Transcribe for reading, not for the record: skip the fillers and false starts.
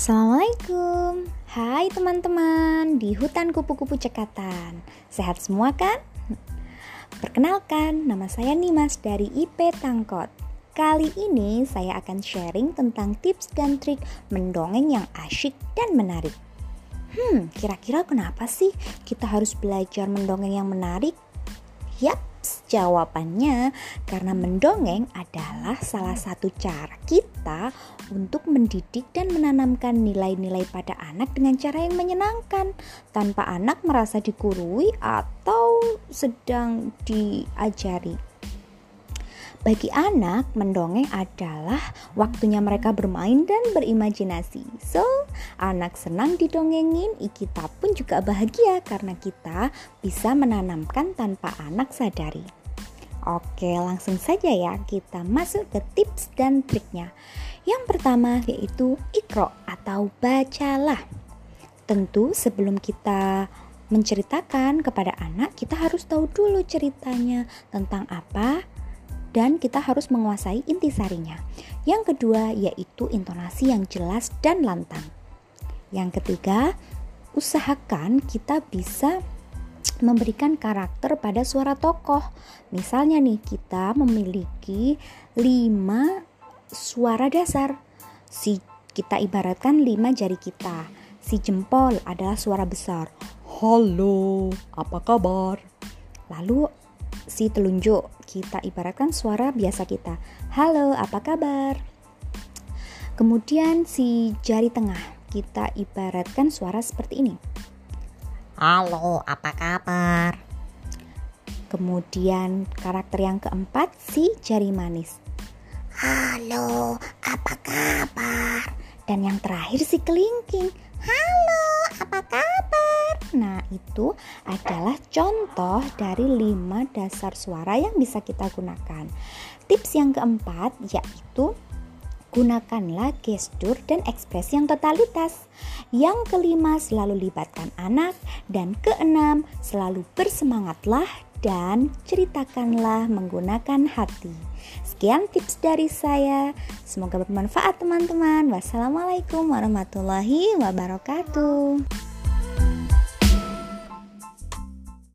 Assalamualaikum. Hai teman-teman di hutan kupu-kupu cekatan. Sehat semua kan? Perkenalkan, nama saya Nimas dari IP Tangkot. Kali ini saya akan sharing tentang tips dan trik mendongeng yang asyik dan menarik. Kira-kira kenapa sih kita harus belajar mendongeng yang menarik? Yaps, jawabannya karena mendongeng adalah salah satu cara kita untuk mendidik dan menanamkan nilai-nilai pada anak dengan cara yang menyenangkan, tanpa anak merasa digurui atau sedang diajari. Bagi anak, mendongeng adalah waktunya mereka bermain dan berimajinasi. So, anak senang didongengin, kita pun juga bahagia karena kita bisa menanamkan tanpa anak sadari. Oke, langsung saja ya kita masuk ke tips dan triknya. Yang pertama yaitu Iqra atau bacalah. Tentu sebelum kita menceritakan kepada anak, kita harus tahu dulu ceritanya tentang apa, dan kita harus menguasai intisarinya. Yang kedua yaitu intonasi yang jelas dan lantang. Yang ketiga, usahakan kita bisa memberikan karakter pada suara tokoh. Misalnya nih, kita memiliki 5 suara dasar. Kita ibaratkan 5 jari kita. Si jempol adalah suara besar. Halo, apa kabar? Lalu si telunjuk kita ibaratkan suara biasa kita. Halo, apa kabar? Kemudian si jari tengah kita ibaratkan suara seperti ini. Halo, apa kabar? Kemudian karakter yang keempat si jari manis. Halo, apa kabar? Dan yang terakhir si kelingking. Halo, apa kabar? Nah, itu adalah contoh dari 5 dasar suara yang bisa kita gunakan. Tips yang keempat yaitu gunakanlah gestur dan ekspresi yang totalitas. Yang kelima, selalu libatkan anak. Dan keenam, selalu bersemangatlah dan ceritakanlah menggunakan hati. Sekian tips dari saya. Semoga bermanfaat teman-teman. Wassalamualaikum warahmatullahi wabarakatuh.